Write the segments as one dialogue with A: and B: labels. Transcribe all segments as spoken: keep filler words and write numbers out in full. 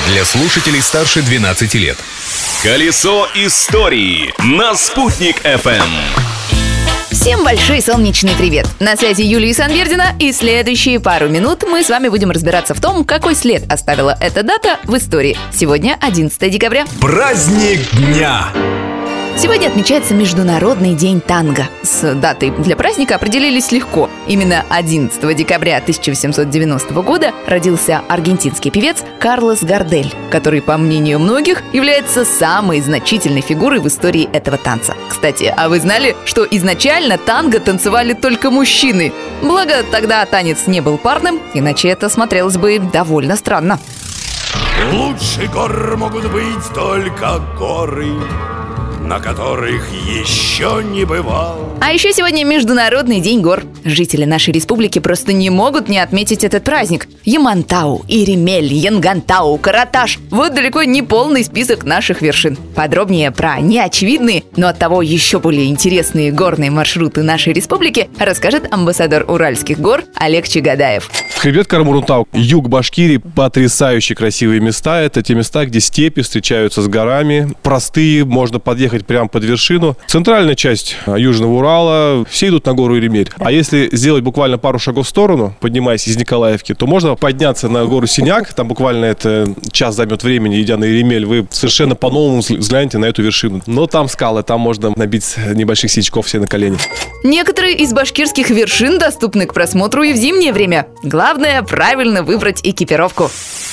A: Для слушателей старше двенадцати лет. Колесо истории на Спутник эф эм.
B: Всем большой солнечный привет! На связи Юлия Санвердина, и следующие пару минут мы с вами будем разбираться в том, какой след оставила эта дата в истории. Сегодня одиннадцатое декабря.
A: Праздник дня!
B: Сегодня отмечается Международный день танго. С датой для праздника определились легко. Именно одиннадцатого декабря тысяча восемьсот девяностого года родился аргентинский певец Карлос Гардель, который, по мнению многих, является самой значительной фигурой в истории этого танца. Кстати, а вы знали, что изначально танго танцевали только мужчины? Благо, тогда танец не был парным, иначе это смотрелось бы довольно странно.
C: Лучше гор могут быть только горы, на которых еще не бывал.
B: А еще сегодня Международный день гор. Жители нашей республики просто не могут не отметить этот праздник. Ямантау, Иремель, Янгантау, Караташ – вот далеко не полный список наших вершин. Подробнее про неочевидные, но оттого еще более интересные горные маршруты нашей республики расскажет амбассадор Уральских гор Олег Чагадаев.
D: Хребет Карамурунтау, юг Башкирии, потрясающе красивые места. Это те места, где степи встречаются с горами. Простые, можно подъехать прямо под вершину. Центральная часть Южного Урала, все идут на гору Иремель. А если сделать буквально пару шагов в сторону, поднимаясь из Николаевки, то можно подняться на гору Синяк. Там буквально это час займет времени, идя на Иремель. Вы совершенно по-новому взглянете на эту вершину. Но там скалы, там можно набить небольших сичков все на колени.
B: Некоторые из башкирских вершин доступны к просмотру и в зимнее время. Главное правильно выбрать экипировку.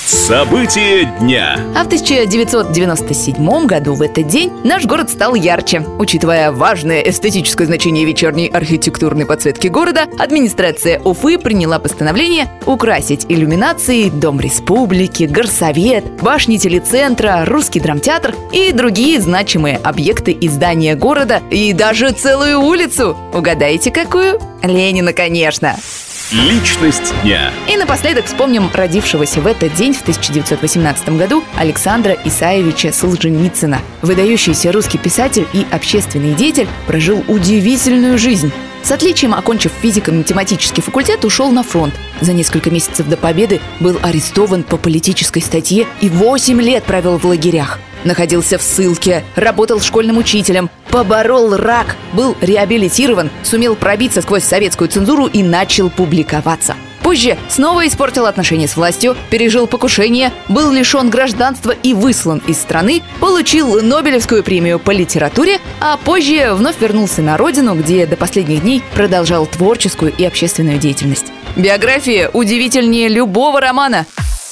A: События дня.
B: А в тысяча девятьсот девяносто седьмом году в этот день наш город стал ярче. Учитывая важное эстетическое значение вечерней архитектурной подсветки города, администрация Уфы приняла постановление украсить иллюминацией Дом Республики, Горсовет, башни телецентра, Русский драмтеатр и другие значимые объекты и здания города, и даже целую улицу. Угадайте, какую? Ленина, конечно.
A: Личность дня.
B: И напоследок вспомним родившегося в этот день в тысяча девятьсот восемнадцатом году Александра Исаевича Солженицына. Выдающийся русский писатель и общественный деятель прожил удивительную жизнь. С отличием, окончив физико-математический факультет, ушел на фронт. За несколько месяцев до победы был арестован по политической статье и восемь лет провел в лагерях. Находился в ссылке, работал школьным учителем, поборол рак, был реабилитирован, сумел пробиться сквозь советскую цензуру и начал публиковаться. Позже снова испортил отношения с властью, пережил покушение, был лишен гражданства и выслан из страны, получил Нобелевскую премию по литературе, а позже вновь вернулся на родину, где до последних дней продолжал творческую и общественную деятельность. Биография удивительнее любого романа.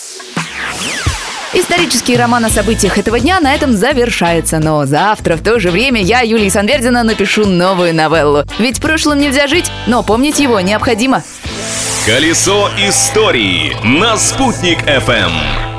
B: Исторический роман о событиях этого дня на этом завершается. Но завтра в то же время я, Юлия Санвердина, напишу новую новеллу. Ведь прошлым нельзя жить, но помнить его необходимо.
A: Колесо истории на Спутник эф эм.